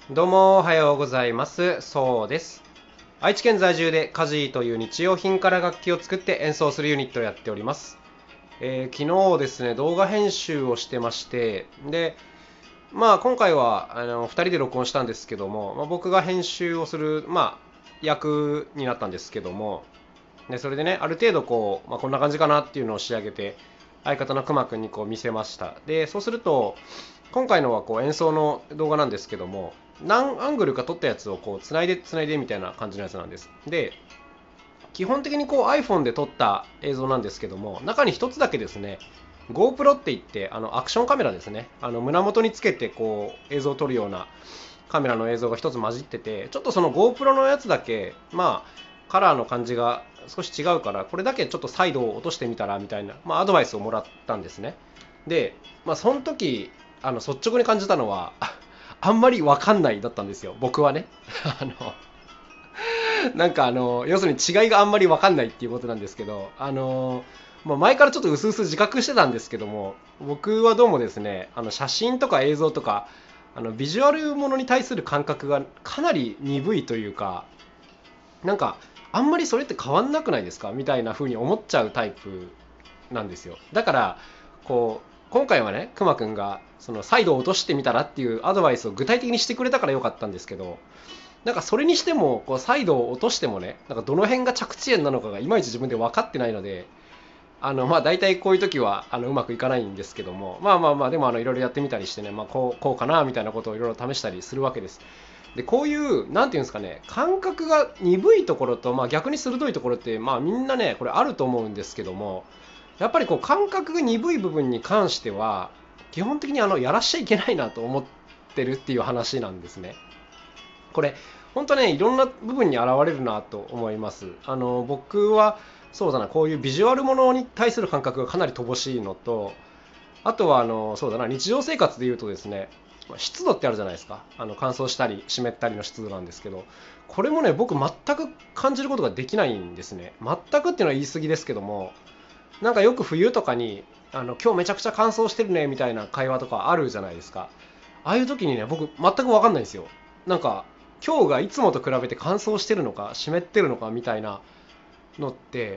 どうもおはようございます。そうです。愛知県在住でカジーという日用品から楽器を作って演奏するユニットをやっております。昨日ですね、動画編集をしてまして、で、今回は2人で録音したんですけども、僕が編集をする、役になったんですけども、でそれでね、ある程度こんな感じかなっていうのを仕上げて、相方のくまくんに見せました。で、そうすると、今回のは演奏の動画なんですけども、何アングルか撮ったやつをつないでつないでみたいな感じのやつなんです。で、基本的にiPhone で撮った映像なんですけども、中に一つだけですね、GoPro って言ってアクションカメラですね、胸元につけて映像を撮るようなカメラの映像が一つ混じってて、ちょっとその GoPro のやつだけカラーの感じが少し違うから、これだけちょっとサイドを落としてみたらみたいな、アドバイスをもらったんですね。で、その時率直に感じたのはあんまり分かんないだったんですよ、僕はね。要するに違いがあんまり分かんないっていうことなんですけど、前からちょっと薄々自覚してたんですけども、僕はどうもですね、写真とか映像とかビジュアルものに対する感覚がかなり鈍いというか、なんかあんまりそれって変わんなくないですかみたいな風に思っちゃうタイプなんですよ。だから今回はね、くまくんがそのサイドを落としてみたらっていうアドバイスを具体的にしてくれたからよかったんですけど、それにしてもサイドを落としてもね、どの辺が着地点なのかがいまいち自分で分かってないので、大体こういう時はうまくいかないんですけども、でもいろいろやってみたりしてね、こうかなみたいなことをいろいろ試したりするわけです。でこういうなんていうんですかね、感覚が鈍いところと、逆に鋭いところって、みんなねこれあると思うんですけども、やっぱり感覚が鈍い部分に関しては基本的にやらしちゃいけないなと思ってるっていう話なんですね。これ本当ね、いろんな部分に現れるなと思います。僕はそうだな、こういうビジュアルものに対する感覚がかなり乏しいのと、あとはそうだな、日常生活でいうとですね、湿度ってあるじゃないですか。乾燥したり湿ったりの湿度なんですけど、これもね僕全く感じることができないんですね。全くっていうのは言い過ぎですけども、よく冬とかに今日めちゃくちゃ乾燥してるねみたいな会話とかあるじゃないですか。ああいう時にね、僕全く分かんないんですよ。今日がいつもと比べて乾燥してるのか湿ってるのかみたいなのって、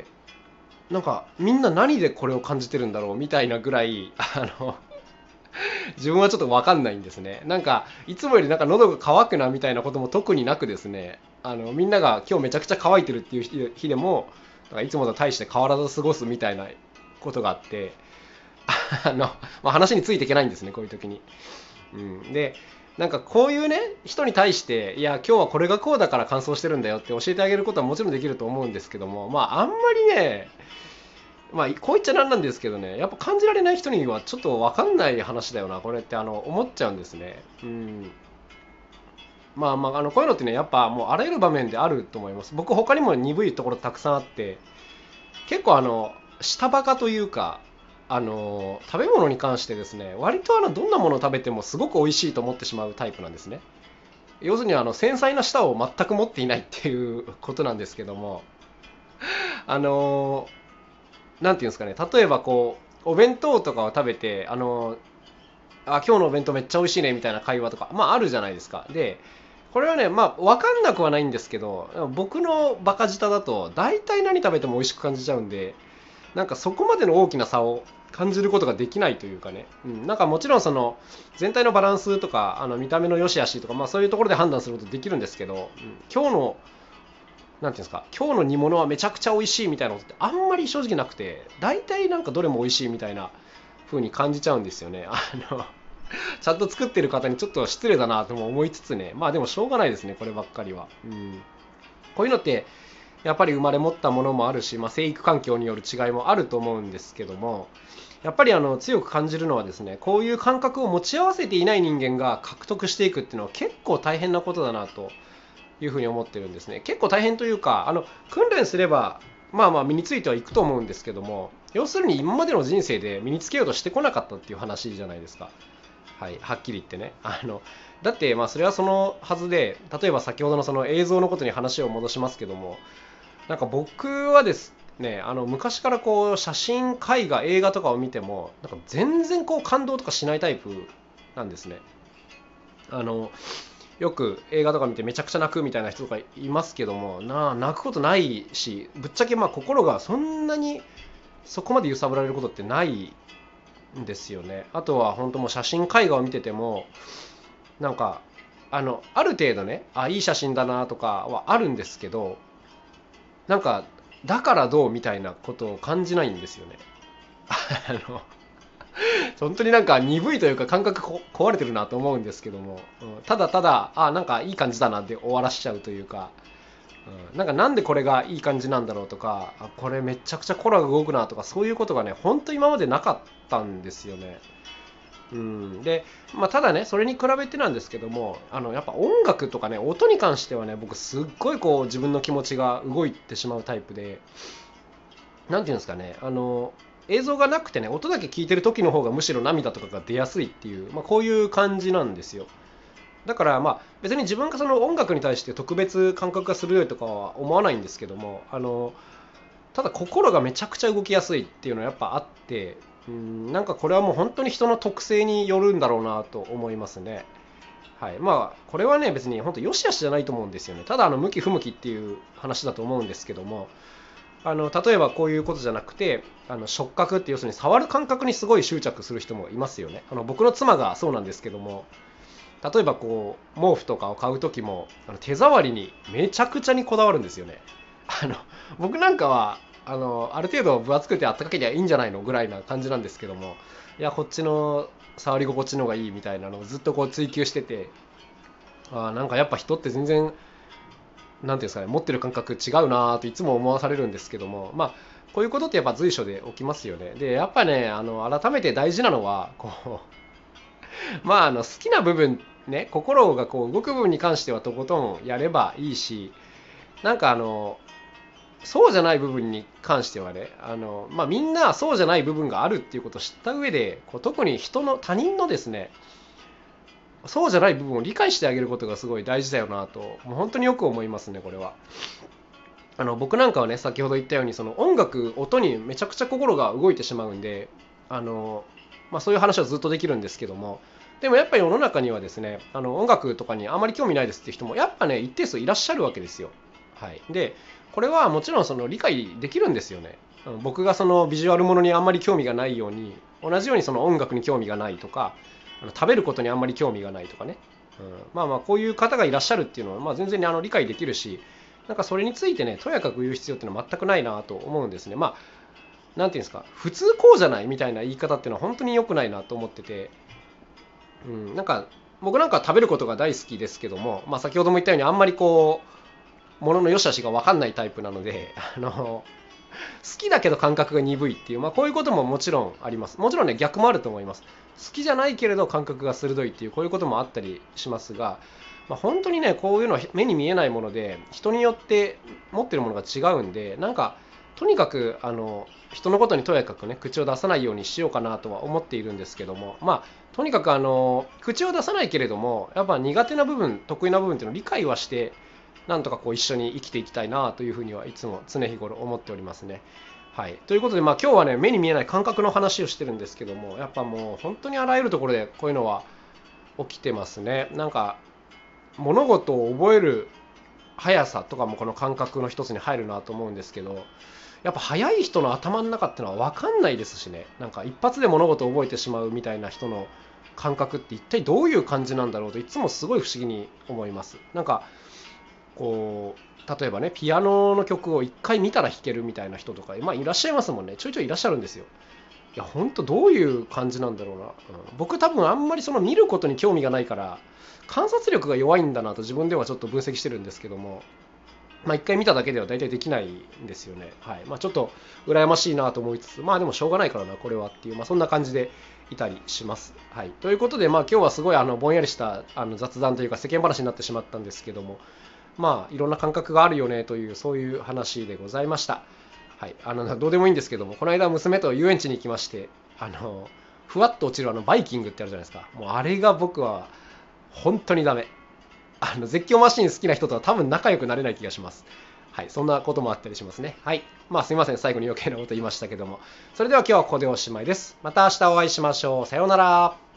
みんな何でこれを感じてるんだろうみたいなぐらい自分はちょっと分かんないんですね。いつもより喉が渇くなみたいなことも特になくですね、みんなが今日めちゃくちゃ乾いてるっていう日でもいつもと大して変わらず過ごすみたいなことがあって、話についていけないんですね、こういう時に。でこういうね人に対して、いや今日はこれがこうだから乾燥してるんだよって教えてあげることはもちろんできると思うんですけども、あんまりね、こう言っちゃなんなんですけどね、やっぱ感じられない人にはちょっと分かんない話だよなこれって思っちゃうんですね。こういうのってね、やっぱもうあらゆる場面であると思います。僕他にも鈍いところたくさんあって、結構下バカというか、食べ物に関してですね、割とどんなものを食べてもすごく美味しいと思ってしまうタイプなんですね。要するに繊細な舌を全く持っていないっていうことなんですけども、あのなんていうんですかね、例えばお弁当とかを食べて今日のお弁当めっちゃ美味しいねみたいな会話とかあるじゃないですか。でこれはね、分かんなくはないんですけど、僕のバカ舌だと大体何食べても美味しく感じちゃうんで、そこまでの大きな差を感じることができないというかね、もちろんその全体のバランスとか見た目の良し悪しとか、そういうところで判断することできるんですけど、今日のなんていうんですか、今日の煮物はめちゃくちゃ美味しいみたいなことってあんまり正直なくて、大体どれも美味しいみたいな風に感じちゃうんですよね。ちゃんと作ってる方にちょっと失礼だなとも思いつつね、でもしょうがないですね、こればっかりは。こういうのってやっぱり生まれ持ったものもあるし、生育環境による違いもあると思うんですけども、やっぱり強く感じるのはですね、こういう感覚を持ち合わせていない人間が獲得していくっていうのは結構大変なことだなというふうに思ってるんですね。結構大変というか、訓練すれば身についてはいくと思うんですけども、要するに今までの人生で身につけようとしてこなかったっていう話じゃないですか。はい、はっきり言ってね。だってそれはそのはずで、例えば先ほどのその映像のことに話を戻しますけども、僕はですね、昔から写真絵画映画とかを見ても全然感動とかしないタイプなんですね。 よく映画とか見てめちゃくちゃ泣くみたいな人とかいますけども、泣くことないし、ぶっちゃけ心がそんなにそこまで揺さぶられることってないんですよね。あとは本当もう写真絵画を見てても、なんかある程度ね、いい写真だなとかはあるんですけど、なんかだからどうみたいなことを感じないんですよね。あの本当になんか鈍いというか感覚壊れてるなと思うんですけども、ただただなんかいい感じだなって終わらしちゃうというか、なんでこれがいい感じなんだろうとか、これめちゃくちゃコラが動くなとか、そういうことがね本当今までなかったんですよね。で、ただね、それに比べてなんですけども、やっぱ音楽とかね、音に関してはね、僕すっごい自分の気持ちが動いてしまうタイプで、なんていうんですかね、映像がなくてね、音だけ聞いてる時の方がむしろ涙とかが出やすいっていう、こういう感じなんですよ。だから別に自分がその音楽に対して特別感覚が鋭いとかは思わないんですけども、ただ心がめちゃくちゃ動きやすいっていうのはやっぱあって、なんかこれはもう本当に人の特性によるんだろうなと思いますね。はい、これはね別に本当良し悪しじゃないと思うんですよね。ただ向き不向きっていう話だと思うんですけども、例えばこういうことじゃなくて、触覚って要するに触る感覚にすごい執着する人もいますよね。僕の妻がそうなんですけども、例えば毛布とかを買う時も手触りにめちゃくちゃにこだわるんですよね。僕なんかはある程度分厚くてあったかけりゃいいんじゃないのぐらいな感じなんですけども、いやこっちの触り心地の方がいいみたいなのをずっと追求してて、なんかやっぱ人って全然なんていうんですかね、持ってる感覚違うなといつも思わされるんですけども、こういうことってやっぱ随所で起きますよね。でやっぱね、改めて大事なのは好きな部分ね、心が動く部分に関してはとことんやればいいし、なんかそうじゃない部分に関してはね、みんなそうじゃない部分があるっていうことを知った上で、特に他人のですね、そうじゃない部分を理解してあげることがすごい大事だよなと、もう本当によく思いますね、これは。僕なんかはね、先ほど言ったようにその音楽、音にめちゃくちゃ心が動いてしまうんで、そういう話はずっとできるんですけども、でもやっぱり世の中にはですね、音楽とかにあまり興味ないですっていう人もやっぱね一定数いらっしゃるわけですよ。はい、でこれはもちろんその理解できるんですよね。僕がそのビジュアルものにあんまり興味がないように、同じようにその音楽に興味がないとか、食べることにあんまり興味がないとかね、こういう方がいらっしゃるっていうのは全然理解できるし、なんかそれについてねとやかく言う必要っていうのは全くないなと思うんですね。なんていうんですか、普通こうじゃないみたいな言い方っていうのは本当に良くないなと思ってて、なんか僕なんか食べることが大好きですけども、先ほども言ったようにあんまり物の良し悪しが分かんないタイプなので、好きだけど感覚が鈍いっていう、こういうことももちろんあります。もちろんね逆もあると思います。好きじゃないけれど感覚が鋭いっていう、こういうこともあったりしますが、本当にねこういうのは目に見えないもので、人によって持ってるものが違うんで、なんかとにかく人のことにとやかくね口を出さないようにしようかなとは思っているんですけども、とにかく口を出さないけれどもやっぱ苦手な部分得意な部分っていうのを理解はして、なんとか一緒に生きていきたいなというふうにはいつも常日頃思っておりますね。はい、ということで、今日はね目に見えない感覚の話をしてるんですけども、やっぱもう本当にあらゆるところでこういうのは起きてますね。なんか物事を覚える速さとかもこの感覚の一つに入るなと思うんですけど、やっぱ速い人の頭の中ってのは分かんないですしね、なんか一発で物事を覚えてしまうみたいな人の感覚って一体どういう感じなんだろうといつもすごい不思議に思います。なんか例えばねピアノの曲を一回見たら弾けるみたいな人とか、いらっしゃいますもんね。ちょいちょいいらっしゃるんですよ。いや本当どういう感じなんだろうな、僕多分あんまりその見ることに興味がないから観察力が弱いんだなと自分ではちょっと分析してるんですけども、一回見ただけでは大体できないんですよね。はい、ちょっと羨ましいなと思いつつ、でもしょうがないからなこれはっていう、そんな感じでいたりします。はい、ということで、今日はすごいぼんやりした雑談というか世間話になってしまったんですけども、いろんな感覚があるよねという、そういう話でございました。はい、どうでもいいんですけども、この間娘と遊園地に行きまして、ふわっと落ちるバイキングってあるじゃないですか。もうあれが僕は本当にダメ。絶叫マシン好きな人とは多分仲良くなれない気がします。はい、そんなこともあったりしますね。はい、すいません、最後に余計なこと言いましたけども、それでは今日はここでおしまいです。また明日お会いしましょう。さようなら。